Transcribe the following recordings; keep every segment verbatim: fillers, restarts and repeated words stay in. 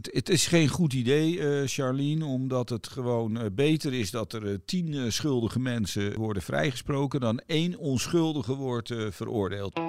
het, het is geen goed idee, uh, Charlene, omdat het gewoon uh, beter is dat er uh, tien uh, schuldige mensen worden vrijgesproken dan één onschuldige wordt uh, veroordeeld.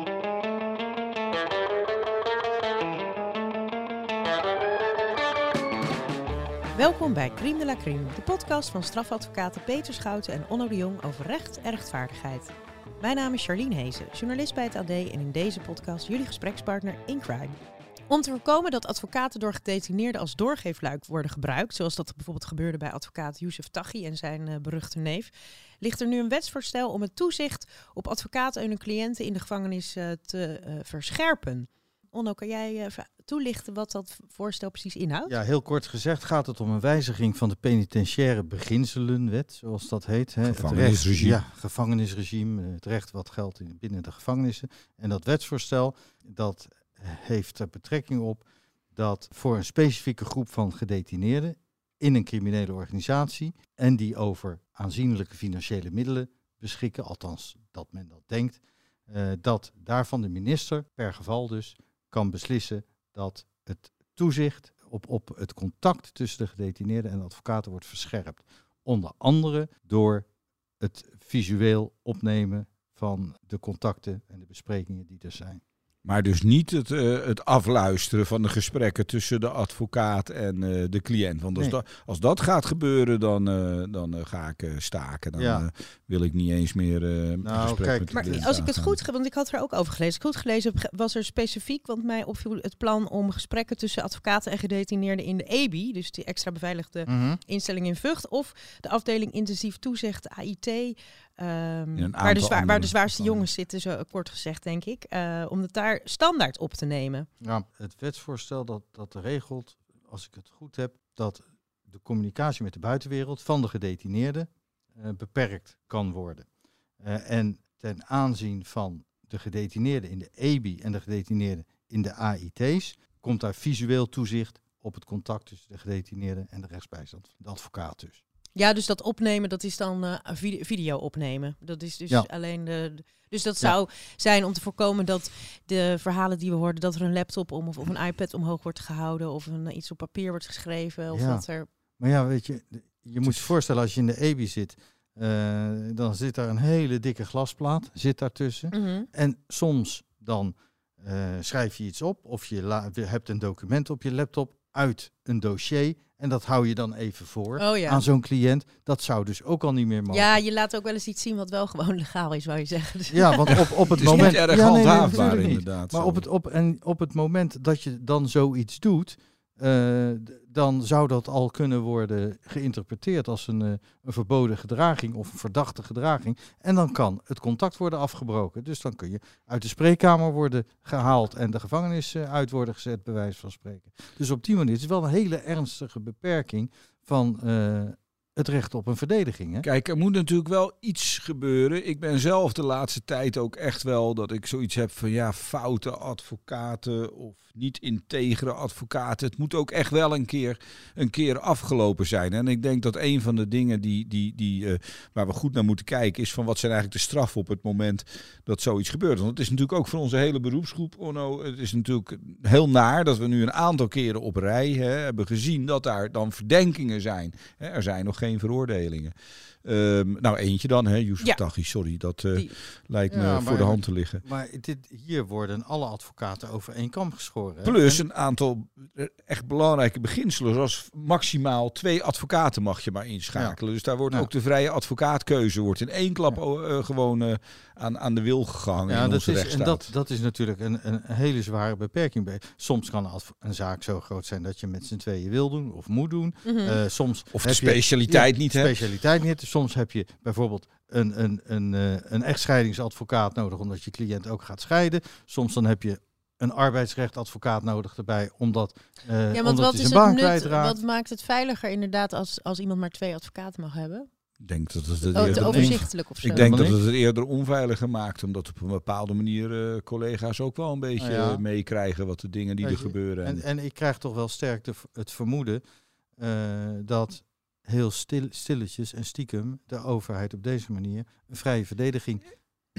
Welkom bij Crime de la Crime, de podcast van strafadvocaten Peter Schouten en Onno de Jong over recht en rechtvaardigheid. Mijn naam is Charlene Hezen, journalist bij het A D en in deze podcast jullie gesprekspartner in crime. Om te voorkomen dat advocaten door gedetineerden als doorgeefluik worden gebruikt, zoals dat bijvoorbeeld gebeurde bij advocaat Youssef Taghi en zijn uh, beruchte neef, ligt er nu een wetsvoorstel om het toezicht op advocaten en hun cliënten in de gevangenis uh, te uh, verscherpen. Onno, kan jij uh, toelichten wat dat voorstel precies inhoudt? Ja, heel kort gezegd gaat het om een wijziging van de penitentiaire beginselenwet, zoals dat heet. Hè. Gevangenisregime. Het recht, ja, gevangenisregime, het recht wat geldt in, binnen de gevangenissen. En dat wetsvoorstel, dat heeft er betrekking op dat voor een specifieke groep van gedetineerden in een criminele organisatie en die over aanzienlijke financiële middelen beschikken, althans dat men dat denkt, uh, dat daarvan de minister per geval dus kan beslissen dat het toezicht op, op het contact tussen de gedetineerden en de advocaten wordt verscherpt. Onder andere door het visueel opnemen van de contacten en de besprekingen die er zijn. Maar dus niet het, uh, het afluisteren van de gesprekken tussen de advocaat en uh, de cliënt. Want als, Nee. da- als dat gaat gebeuren, dan, uh, dan uh, ga ik uh, staken. Dan Ja. uh, wil ik niet eens meer uh, een Nou, gesprek kijk, met de Maar cliënt als ik het aangaan. goed, ge- want ik had er ook over gelezen. Als ik goed gelezen heb, was er specifiek, want mij opviel het plan om gesprekken tussen advocaten en gedetineerden in de E B I, dus die extra beveiligde Mm-hmm. instelling in Vught, of de afdeling intensief toezicht A I T, um, waar, de aantal zwaar, waar andere de zwaarste gevallen. jongens zitten, zo kort gezegd denk ik, uh, om het daar standaard op te nemen. Ja, het wetsvoorstel dat, dat regelt, als ik het goed heb, dat de communicatie met de buitenwereld van de gedetineerden uh, beperkt kan worden. Uh, en ten aanzien van de gedetineerden in de E B I en de gedetineerden in de A I T's, komt daar visueel toezicht op het contact tussen de gedetineerden en de rechtsbijstand, de advocaat dus. Ja, dus dat opnemen, dat is dan uh, video, video opnemen. Dat is dus Ja. alleen de... de- Dus dat zou zijn om te voorkomen dat de verhalen die we hoorden, dat er een laptop om of, of een iPad omhoog wordt gehouden of een, iets op papier wordt geschreven. Of Ja. dat er... Maar ja, weet je, je moet je voorstellen als je in de E B I zit, uh, dan zit daar een hele dikke glasplaat, zit daartussen. Mhm. En soms dan uh, schrijf je iets op of je la- hebt een document op je laptop uit een dossier en dat hou je dan even voor Oh ja. aan zo'n cliënt. Dat zou dus ook al niet meer mogen. Ja, je laat ook wel eens iets zien wat wel gewoon legaal is, wou je zeggen. Dus Ja, want op, op het, Het is moment... niet erg ja, nee, nee, handhaafbaar natuurlijk niet. inderdaad. Maar zo. op het, op, en op het moment dat je dan zoiets doet, uh, d- dan zou dat al kunnen worden geïnterpreteerd als een, uh, een verboden gedraging of een verdachte gedraging. En dan kan het contact worden afgebroken. Dus dan kun je uit de spreekkamer worden gehaald en de gevangenis uh, uit worden gezet, bij wijze van spreken. Dus op die manier is het wel een hele ernstige beperking van uh, het recht op een verdediging. Hè? Kijk, er moet natuurlijk wel iets gebeuren. Ik ben zelf de laatste tijd ook echt wel dat ik zoiets heb van ja, foute advocaten of niet integere advocaten. Het moet ook echt wel een keer, een keer afgelopen zijn. En ik denk dat een van de dingen die, die, die, uh, waar we goed naar moeten kijken is van wat zijn eigenlijk de straffen op het moment dat zoiets gebeurt. Want het is natuurlijk ook voor onze hele beroepsgroep, Onno, het is natuurlijk heel naar dat we nu een aantal keren op rij hè, hebben gezien dat daar dan verdenkingen zijn. Hè, er zijn nog geen veroordelingen. Um, nou, eentje dan, hè, Youssef Ja. Taghi, sorry, dat uh, Die- lijkt me Ja, voor maar- de hand te liggen. Maar dit, hier worden alle advocaten over één kam geschoren. hè? Plus En- een aantal echt belangrijke beginselen, zoals maximaal twee advocaten mag je maar inschakelen. Dus daar wordt Ja. ook de vrije advocaatkeuze wordt in één klap uh, gewoon uh, aan, aan de wil gehangen Ja, in dat onze is, en rechtsstaat. dat, dat is natuurlijk een, een hele zware beperking. bij- Soms kan een adv- een zaak zo groot zijn dat je met z'n tweeën wil doen of moet doen. Mhm. Uh, soms Of de heb je- specialiteit ja, niet hebt. specialiteit niet. Soms heb je bijvoorbeeld een, een, een, uh, een echtscheidingsadvocaat nodig omdat je cliënt ook gaat scheiden. Soms dan heb je een arbeidsrechtadvocaat nodig erbij omdat, uh, ja, want omdat wat hij is zijn het baan nut, kwijtraakt. wat maakt het veiliger inderdaad als, als iemand maar twee advocaten mag hebben? Ik denk dat het, het Oh, te eerder, overzichtelijk of zo. ik denk dat Helemaal het het eerder onveiliger maakt, omdat op een bepaalde manier uh, collega's ook wel een beetje Nou ja. uh, meekrijgen wat de dingen die Weet er je, gebeuren. En, en ik krijg toch wel sterk de, het vermoeden uh, dat heel stil, stilletjes en stiekem de overheid op deze manier een vrije verdediging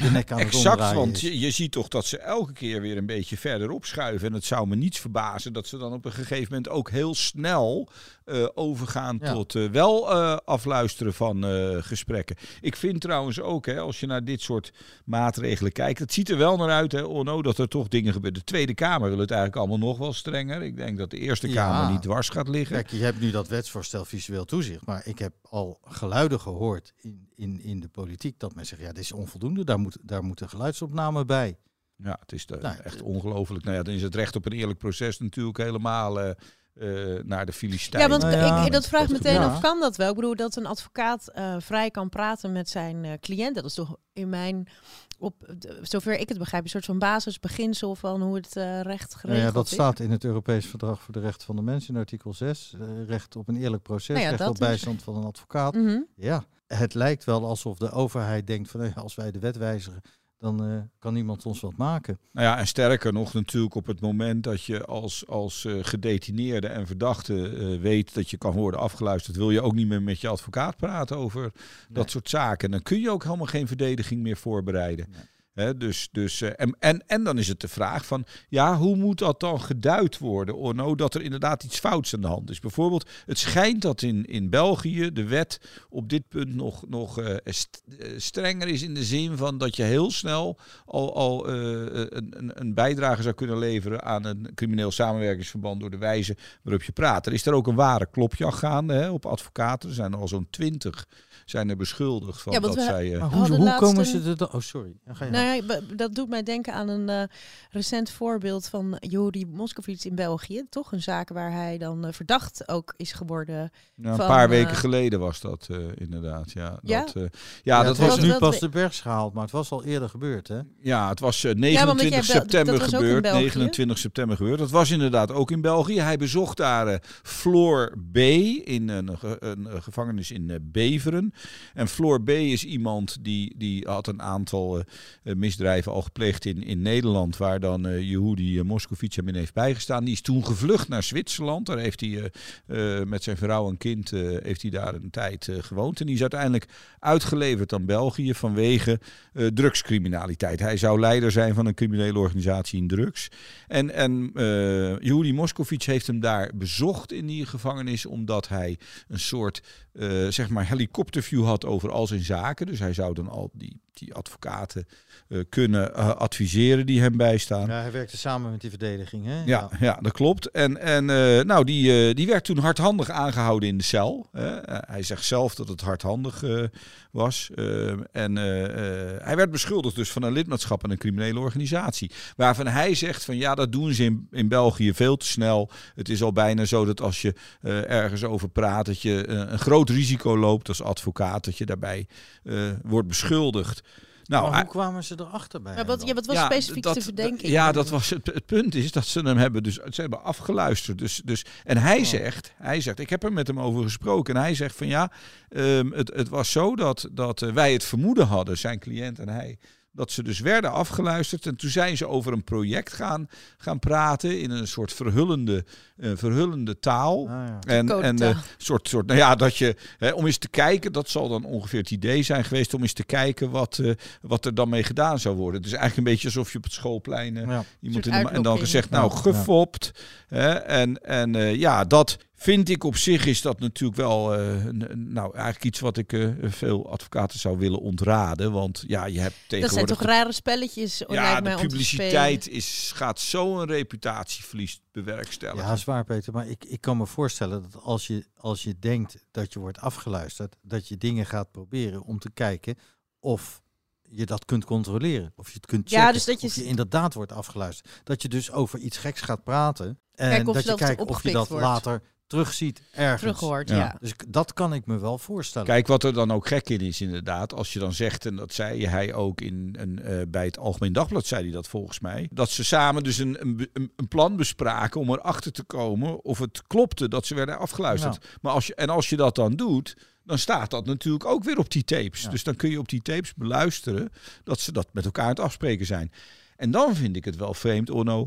de nek aan het exact, omdraaien want is. je, je ziet toch dat ze elke keer weer een beetje verder opschuiven. En het zou me niets verbazen dat ze dan op een gegeven moment ook heel snel uh, overgaan Ja. tot uh, wel uh, afluisteren van uh, gesprekken. Ik vind trouwens ook, hè, als je naar dit soort maatregelen kijkt, het ziet er wel naar uit, hè, Onno, dat er toch dingen gebeuren. De Tweede Kamer wil het eigenlijk allemaal nog wel strenger. Ik denk dat de Eerste Ja. Kamer niet dwars gaat liggen. Kijk, je hebt nu dat wetsvoorstel visueel toezicht, maar ik heb al geluiden gehoord in, in, in de politiek dat men zegt, ja, dit is onvoldoende, daar moet, daar moet een geluidsopname bij. Ja, het is de, Nou, echt ongelooflijk. Nou ja, dan is het recht op een eerlijk proces natuurlijk helemaal uh, uh, naar de Filistijnen. Ja, want Nou ja, ik, dat vraagt dat- meteen ja. af, kan dat wel? Ik bedoel, dat een advocaat uh, vrij kan praten met zijn uh, cliënt. Dat is toch in mijn, op, de, zover ik het begrijp, een soort van basisbeginsel van hoe het uh, recht geregeld Nou ja, dat is. staat in het Europees Verdrag voor de Rechten van de Mens in artikel zes. Uh, recht op een eerlijk proces, Nou ja, recht dat op is- bijstand van een advocaat. Mm-hmm. Ja, het lijkt wel alsof de overheid denkt van nou ja, als wij de wet wijzigen, dan uh, kan niemand ons wat maken. Nou ja, en sterker nog natuurlijk op het moment dat je als, als uh, gedetineerde en verdachte uh, weet dat je kan worden afgeluisterd, wil je ook niet meer met je advocaat praten over Nee. dat soort zaken. Dan kun je ook helemaal geen verdediging meer voorbereiden. Nee. He, dus, dus, uh, en, en, en dan is het de vraag van, ja, hoe moet dat dan geduid worden, Orno, dat er inderdaad iets fouts aan de hand is? Bijvoorbeeld, het schijnt dat in, in België de wet op dit punt nog, nog uh, st- uh, strenger is in de zin van dat je heel snel al, al uh, een, een bijdrage zou kunnen leveren aan een crimineel samenwerkingsverband door de wijze waarop je praat. Er is daar ook een ware klopjacht gaande hè, op advocaten. Er zijn er al zo'n twintig zijn er beschuldigd van Ja, want dat we- zij... Uh, Maar We hoe, hadden hoe laatst komen een- ze er dan... Oh, sorry. Ja, ga je Nou ja, b- dat doet mij denken aan een uh, recent voorbeeld van Yuri Moskovits in België. Toch een zaak waar hij dan uh, verdacht ook is geworden. Nou, een van, paar uh, weken geleden was dat uh, inderdaad. Ja, Ja? dat, uh, ja, Ja, dat het was, was nu dat- pas de bergs gehaald, maar het was al eerder gebeurd, hè? ja, het was uh, Ja, maar negenentwintig omdat jij Bel- september dat was ook in gebeurd. België? negenentwintig september gebeurd. Dat was inderdaad ook in België. Hij bezocht daar uh, Floor B in een, ge- een, een gevangenis in uh, Beveren. En Floor B is iemand die, die had een aantal uh, uh, misdrijven al gepleegd in, in Nederland, waar dan uh, Yehudi uh, Moskovits hem in heeft bijgestaan. Die is toen gevlucht naar Zwitserland. Daar heeft hij uh, uh, met zijn vrouw en kind uh, heeft hij daar een tijd uh, gewoond. En die is uiteindelijk uitgeleverd aan België vanwege uh, drugscriminaliteit. Hij zou leider zijn van een criminele organisatie in drugs. En, en uh, Yehudi Moskovits heeft hem daar bezocht in die gevangenis, omdat hij een soort uh, zeg maar helikopterview had over al zijn zaken. Dus hij zou dan al die, die advocaten uh, kunnen uh, adviseren die hem bijstaan. Ja, hij werkte samen met die verdediging, hè? Ja, ja, dat klopt. En, en uh, nou, die, uh, die werd toen hardhandig aangehouden in de cel. Uh, uh, hij zegt zelf dat het hardhandig uh, was. Uh, en uh, uh, hij werd beschuldigd dus van een lidmaatschap aan een criminele organisatie. Waarvan hij zegt van ja, dat doen ze in, in België veel te snel. Het is al bijna zo dat als je uh, ergens over praat, dat je uh, een groot risico loopt als advocaat, dat je daarbij uh, wordt beschuldigd. Nou, maar hij- hoe kwamen ze erachter bij Ja, hem wat, dan? ja, wat was Ja, specifiek dat- de verdenking? Ja, dat was het, het punt is dat ze hem hebben, dus ze hebben afgeluisterd. Dus, dus, en hij Oh. zegt, hij zegt, ik heb er met hem over gesproken. En hij zegt van ja, um, het, het was zo dat, dat uh, wij het vermoeden hadden, zijn cliënt en hij, dat ze dus werden afgeluisterd. En toen zijn ze over een project gaan, gaan praten in een soort verhullende, uh, verhullende taal. Ah, ja. En, en Codetaal. uh, soort, soort, nou ja, dat je, hè, om eens te kijken, dat zal dan ongeveer het idee zijn geweest, om eens te kijken wat, uh, wat er dan mee gedaan zou worden. Dus eigenlijk een beetje alsof je op het schoolplein uh, Ja. iemand soort in de, en dan uitlokking. gezegd, nou, Ja, gefopt. Hè, en en uh, ja, dat vind ik op zich is dat natuurlijk wel, uh, een, een- nou, eigenlijk iets wat ik uh, veel advocaten zou willen ontraden. Want ja, je hebt Dat zijn tegenwoordig... toch rare spelletjes, ja, lijkt mij, de om te publiciteit spelen. is, gaat zo'n reputatieverlies bewerkstelligen. Ja, zwaar Peter, maar ik, ik kan me voorstellen dat als je, als je denkt dat je wordt afgeluisterd, dat je dingen gaat proberen om te kijken of je dat kunt controleren. Of je het kunt Ja, checken, dus dat je of je s- inderdaad wordt afgeluisterd. Dat je dus over iets geks gaat praten en Kijk of dat je dat kijkt of je opgepikt dat wordt. later terugziet ergens. Teruggehoord, Ja. ja. Dus k- dat kan ik me wel voorstellen. Kijk, wat er dan ook gek in is inderdaad, als je dan zegt, en dat zei hij ook in een, uh, bij het Algemeen Dagblad, zei hij dat volgens mij, dat ze samen dus een, een, een- een plan bespraken om erachter te komen of het klopte dat ze werden afgeluisterd. Maar als je, en als je dat dan doet, dan staat dat natuurlijk ook weer op die tapes. Ja. Dus dan kun je op die tapes beluisteren dat ze dat met elkaar aan het afspreken zijn. En dan vind ik het wel vreemd, Onno,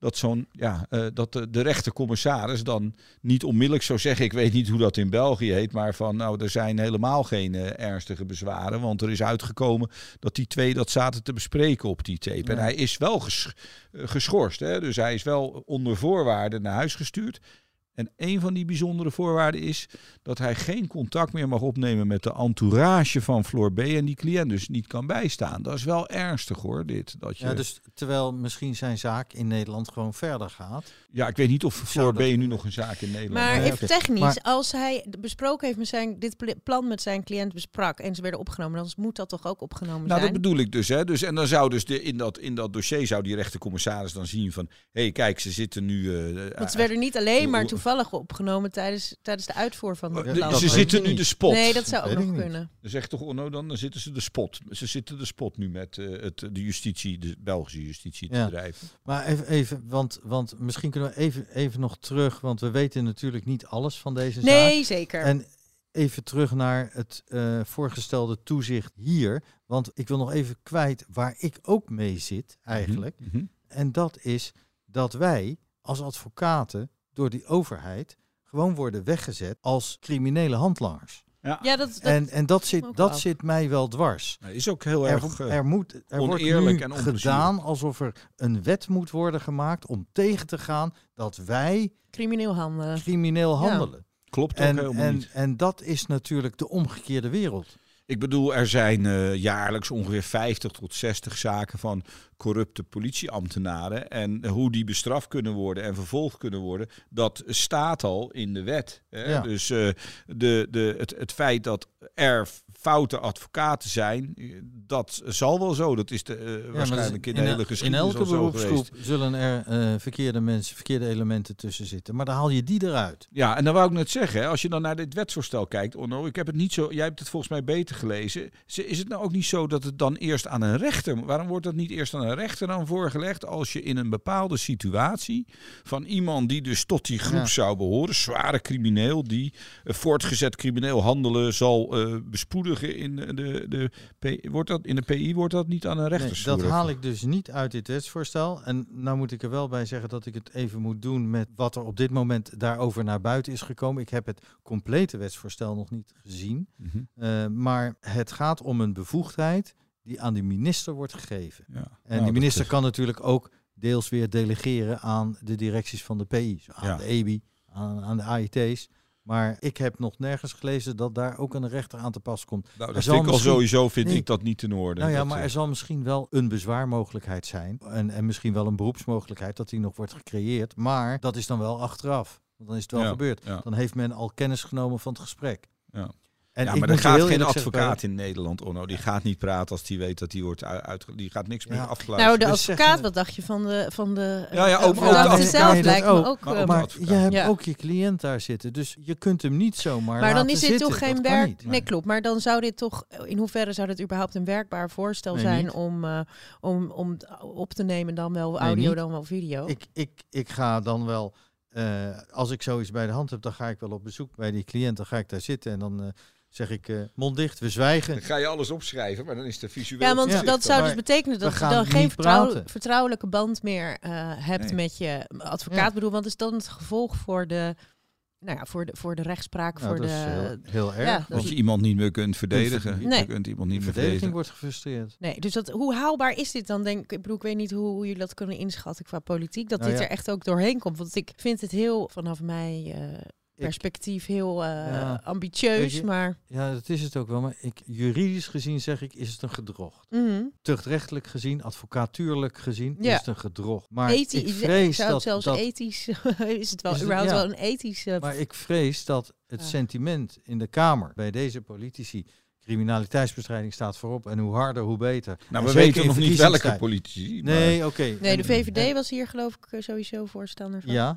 dat zo'n ja, uh, dat de, de rechtercommissaris dan niet onmiddellijk zou zeggen, ik weet niet hoe dat in België heet, maar van nou, er zijn helemaal geen uh, ernstige bezwaren, want er is uitgekomen dat die twee dat zaten te bespreken op die tape. Ja. En hij is wel ges, uh, geschorst, hè? Dus hij is wel onder voorwaarden naar huis gestuurd. En een van die bijzondere voorwaarden is dat hij geen contact meer mag opnemen met de entourage van Floor B. en die cliënt dus niet kan bijstaan. Dat is wel ernstig hoor, dit. Dat je... Ja, dus terwijl misschien zijn zaak in Nederland gewoon verder gaat. Ja, ik weet niet of Floor B. nu nog een zaak in Nederland Maar heeft. even technisch, maar, als hij besproken heeft met zijn, dit plan met zijn cliënt besprak en ze werden opgenomen, dan moet dat toch ook opgenomen nou, zijn? Nou, dat bedoel ik dus. Hè. dus en dan zou dus de, in, dat, in dat dossier zou die rechtercommissaris dan zien van, hé hey, kijk, ze zitten nu... Uh, Want ze werden niet alleen maar toevallig opgenomen tijdens, tijdens de uitvoer van het plan. Ze zitten nu de spot. Nee, dat zou ook weet nog kunnen. Dan zegt toch Onno, dan, dan zitten ze de spot. Ze zitten de spot nu met uh, het, de justitie, de Belgische justitie te ja. drijven. Maar even, even want, want misschien kunnen we even, even nog terug, want we weten natuurlijk niet alles van deze zaak. Nee, zeker. En even terug naar het uh, voorgestelde toezicht hier. Want ik wil nog even kwijt waar ik ook mee zit eigenlijk. Mm-hmm. En dat is dat wij als advocaten door die overheid gewoon worden weggezet als criminele handlangers. Ja, ja dat, dat en, en dat, zit, dat zit mij wel dwars. Dat is ook heel erg er, er, moet, er oneerlijk wordt nu en gedaan alsof er een wet moet worden gemaakt om tegen te gaan dat wij crimineel handelen. Crimineel handelen. Ja. Klopt ook en, helemaal en, niet. En dat is natuurlijk de omgekeerde wereld. Ik bedoel, er zijn uh, jaarlijks ongeveer vijftig tot zestig zaken van corrupte politieambtenaren. En hoe die bestraft kunnen worden en vervolgd kunnen worden, dat staat al in de wet. Hè? Ja. Dus uh, de, de, het, het feit dat er foute advocaten zijn, dat zal wel zo. Dat is de, uh, ja, waarschijnlijk in de hele geschiedenis in elke beroepsgroep geweest. Zullen er uh, verkeerde mensen, verkeerde elementen tussen zitten. Maar dan haal je die eruit. Ja, en dan wou ik net zeggen, hè, als je dan naar dit wetsvoorstel kijkt, Onno, ik heb het niet zo, jij hebt het volgens mij beter gelezen. Is het nou ook niet zo dat het dan eerst aan een rechter, waarom wordt dat niet eerst aan een rechter dan voorgelegd als je in een bepaalde situatie van iemand die dus tot die groep ja. zou behoren, zware crimineel, die uh, voortgezet crimineel handelen zal uh, bespoedigen in de, de P, wordt dat in de P I wordt dat niet aan een rechter? Nee, dat haal ik dus niet uit dit wetsvoorstel. En nou moet ik er wel bij zeggen dat ik het even moet doen met wat er op dit moment daarover naar buiten is gekomen. Ik heb het complete wetsvoorstel nog niet gezien. Mm-hmm. Uh, maar het gaat om een bevoegdheid die aan de minister wordt gegeven. Ja. En nou, die minister is... kan natuurlijk ook deels weer delegeren aan de directies van de P I's. Aan ja. de E B I, aan, aan de A I T's. Maar ik heb nog nergens gelezen dat daar ook een rechter aan te pas komt. Nou, dat vind ik al sowieso vind nee. ik dat niet in orde. Nou ja, dat, maar er zal misschien wel een bezwaarmogelijkheid zijn. En, en misschien wel een beroepsmogelijkheid dat die nog wordt gecreëerd. Maar dat is dan wel achteraf. Want dan is het wel ja, gebeurd. Ja. Dan heeft men al kennis genomen van het gesprek. Ja. En ja, maar er gaat geen advocaat in Nederland, Onno. Die gaat niet praten als die weet dat die wordt uit. Die gaat niks meer ja. afgeluisterd. Nou, de advocaat, wat dacht je van de van de? Ja, ja, ook, ook de advocaat zelf nee, lijkt ook. me ook. Maar, maar je hebt ja. ook je cliënt daar zitten, dus je kunt hem niet zomaar. Maar dan is dit zitten. toch geen dat werk. Nee. nee, klopt. Maar dan zou dit toch, in hoeverre zou dit überhaupt een werkbaar voorstel nee, zijn niet. om, uh, om om op te nemen, dan wel audio, nee, dan wel video? Ik, ik, ik ga dan wel. Uh, als ik zoiets bij de hand heb, dan ga ik wel op bezoek bij die cliënt. Dan ga ik daar zitten en dan. Uh, zeg ik uh, mond dicht, we zwijgen. Dan ga je alles opschrijven, maar dan is de visueel... Ja, want ja. dat zou dus betekenen dat je dan geen vertrouw, vertrouwelijke band meer uh, hebt nee. met je advocaat. Ja. Bedoel, want is dan het gevolg voor de, nou ja, voor de, voor de rechtspraak? Nou, voor dat de, is heel, heel erg. Ja, dat je iemand niet meer kunt verdedigen. Nee. Je kunt iemand niet de meer verdediging wordt gefrustreerd. Nee, dus dat, hoe haalbaar is dit dan? Denk ik, ik bedoel, ik weet niet hoe, hoe jullie dat kunnen inschatten qua politiek. Dat nou, dit ja. er echt ook doorheen komt. Want ik vind het heel, vanaf mij... Uh, perspectief heel uh, ja. ambitieus, je, maar... Ja, dat is het ook wel. Maar ik, juridisch gezien zeg ik, is het een gedrocht. Mm-hmm. Tuchtrechtelijk gezien, advocatuurlijk gezien, ja. is het een gedrocht. Maar Ethi- ik vrees zou dat... zelfs dat, ethisch... is het wel is het, überhaupt ja. wel een ethische... Maar ik vrees dat het ja. sentiment in de Kamer bij deze politici... Criminaliteitsbestrijding staat voorop en hoe harder, hoe beter. Nou, we weten nog niet welke politici. Nee, oké. Okay. Nee, de V V D was hier geloof ik sowieso voorstander van. Ja? Ja.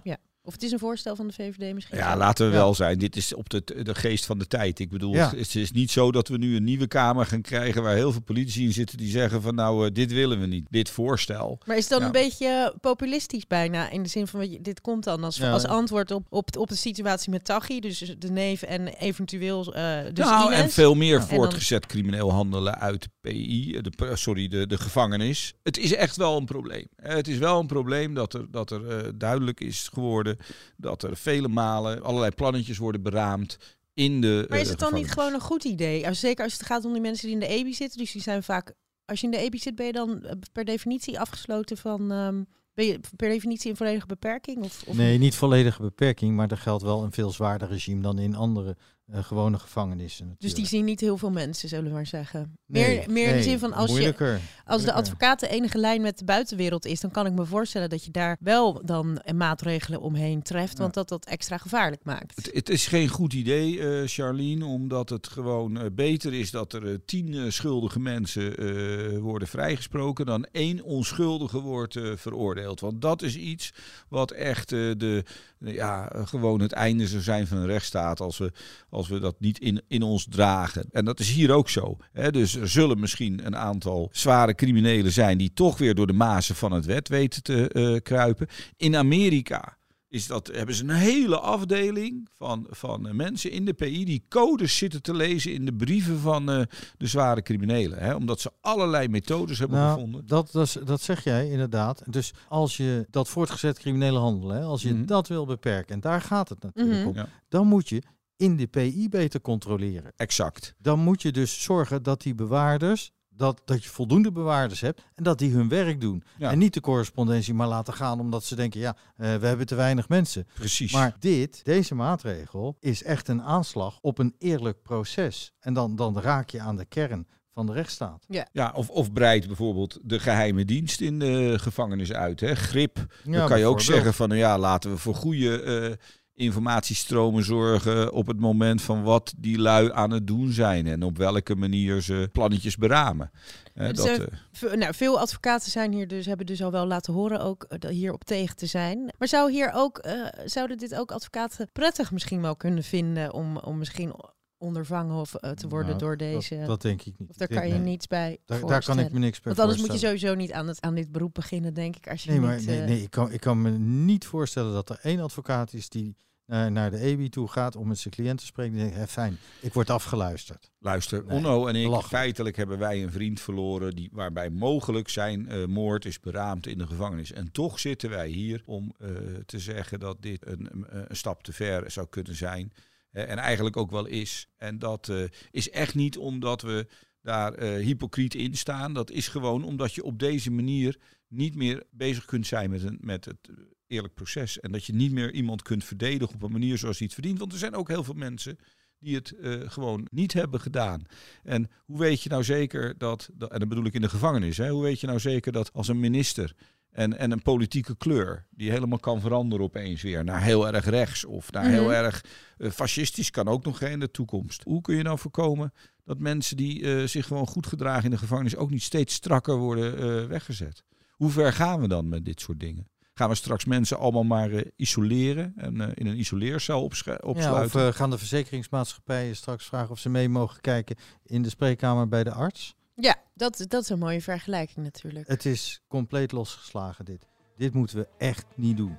Of het is een voorstel van de V V D misschien? Ja, laten we ja. wel zijn. Dit is op de, de geest van de tijd. Ik bedoel, ja. het is niet zo dat we nu een nieuwe Kamer gaan krijgen waar heel veel politici in zitten die zeggen van nou, uh, dit willen we niet. Dit voorstel. Maar is het dan ja. een beetje populistisch bijna? In de zin van, dit komt dan als, ja. als antwoord op, op, op de situatie met Taghi, dus de neef en eventueel uh, dus nou, Ines. En veel meer ja. voortgezet dan... crimineel handelen uit de P I, de, sorry, de, de gevangenis. Het is echt wel een probleem. Het is wel een probleem dat er, dat er uh, duidelijk is geworden dat er vele malen allerlei plannetjes worden beraamd in de Maar is uh, het dan niet gewoon een goed idee? Als, zeker als het gaat om die mensen die in de E B I zitten, dus die zijn vaak, als je in de E B I zit, ben je dan per definitie afgesloten van, um, ben je per definitie een volledige beperking? Of, of nee, niet volledige beperking, maar er geldt wel een veel zwaarder regime dan in andere uh, gewone gevangenissen. Natuurlijk. Dus die zien niet heel veel mensen, zullen we maar zeggen. Meer, nee, meer in nee, de zin van als, je, als de advocaat de enige lijn met de buitenwereld is, dan kan ik me voorstellen dat je daar wel dan maatregelen omheen treft, ja. want dat dat extra gevaarlijk maakt. Het, het is geen goed idee, uh, Charlene, omdat het gewoon uh, beter is dat er uh, tien uh, schuldige mensen uh, worden vrijgesproken dan één onschuldige wordt uh, veroordeeld. Want dat is iets wat echt uh, de, uh, ja, uh, gewoon het einde zou zijn van een rechtsstaat als we, als we dat niet in, in ons dragen. En dat is hier ook zo. Hè? Dus er zullen misschien een aantal zware criminelen zijn die toch weer door de mazen van het wet weten te uh, kruipen. In Amerika is dat, hebben ze een hele afdeling van, van uh, mensen in de P I die codes zitten te lezen in de brieven van uh, de zware criminelen. Hè? Omdat ze allerlei methodes hebben nou, gevonden. Dat, dat, dat zeg jij inderdaad. Dus als je dat voortgezet criminele handelen, hè, als je mm-hmm. dat wil beperken, en daar gaat het natuurlijk mm-hmm. om, ja. dan moet je in de P I beter controleren. Exact. Dan moet je dus zorgen dat die bewaarders, dat, dat je voldoende bewaarders hebt en dat die hun werk doen. Ja. En niet de correspondentie maar laten gaan omdat ze denken, ja, uh, we hebben te weinig mensen. Precies. Maar dit, deze maatregel, is echt een aanslag op een eerlijk proces. En dan, dan raak je aan de kern van de rechtsstaat. Ja, ja of, of breidt bijvoorbeeld de geheime dienst in de gevangenis uit. Hè? Grip. Ja, dan kan je ook zeggen van, nou ja, laten we voor goede Uh, informatiestromen zorgen op het moment van wat die lui aan het doen zijn en op welke manier ze plannetjes beramen. Eh, dus, dat, uh, v- nou, veel advocaten zijn hier dus, hebben dus al wel laten horen ook uh, hierop tegen te zijn. Maar zou hier ook, uh, zouden dit ook advocaten prettig misschien wel kunnen vinden om, om misschien ondervangen of uh, te worden nou, door deze... Dat, dat denk ik niet. Of daar denk, kan je nee. niets bij daar, daar kan ik me niks bij Want anders voorstellen. moet je sowieso niet aan, het, aan dit beroep beginnen, denk ik. Als je nee, maar niet, nee, uh... nee ik, kan, ik kan me niet voorstellen dat er één advocaat is die uh, naar de E B I toe gaat om met zijn cliënt te spreken. En denkt, hey, fijn, ik word afgeluisterd. Luister, nee, Onno en ik, belachelijk. Feitelijk hebben wij een vriend verloren die, waarbij mogelijk zijn uh, moord is beraamd in de gevangenis. En toch zitten wij hier om uh, te zeggen dat dit een, een, een stap te ver zou kunnen zijn. Uh, en eigenlijk ook wel is. En dat uh, is echt niet omdat we daar uh, hypocriet in staan. Dat is gewoon omdat je op deze manier niet meer bezig kunt zijn met, een, met het eerlijk proces. En dat je niet meer iemand kunt verdedigen op een manier zoals hij het verdient. Want er zijn ook heel veel mensen die het uh, gewoon niet hebben gedaan. En hoe weet je nou zeker dat, dat, en dat bedoel ik in de gevangenis, hè, hoe weet je nou zeker dat als een minister en, en een politieke kleur die helemaal kan veranderen opeens weer naar heel erg rechts of naar mm-hmm. heel erg uh, fascistisch kan ook nog in de toekomst. Hoe kun je nou voorkomen dat mensen die uh, zich gewoon goed gedragen in de gevangenis ook niet steeds strakker worden uh, weggezet? Hoe ver gaan we dan met dit soort dingen? Gaan we straks mensen allemaal maar uh, isoleren en uh, in een isoleercel opsche- opsluiten? Ja, of uh, gaan de verzekeringsmaatschappijen straks vragen of ze mee mogen kijken in de spreekkamer bij de arts? Ja, dat, dat is een mooie vergelijking natuurlijk. Het is compleet losgeslagen dit. Dit moeten we echt niet doen.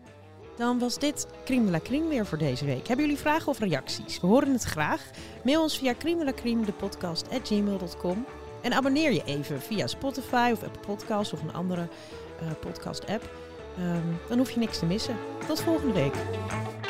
Dan was dit Crime de la Crime weer voor deze week. Hebben jullie vragen of reacties? We horen het graag. Mail ons via crime de la crime de podcast at gmail dot com. En abonneer je even via Spotify of Apple Podcasts of een andere uh, podcast app. Um, dan hoef je niks te missen. Tot volgende week.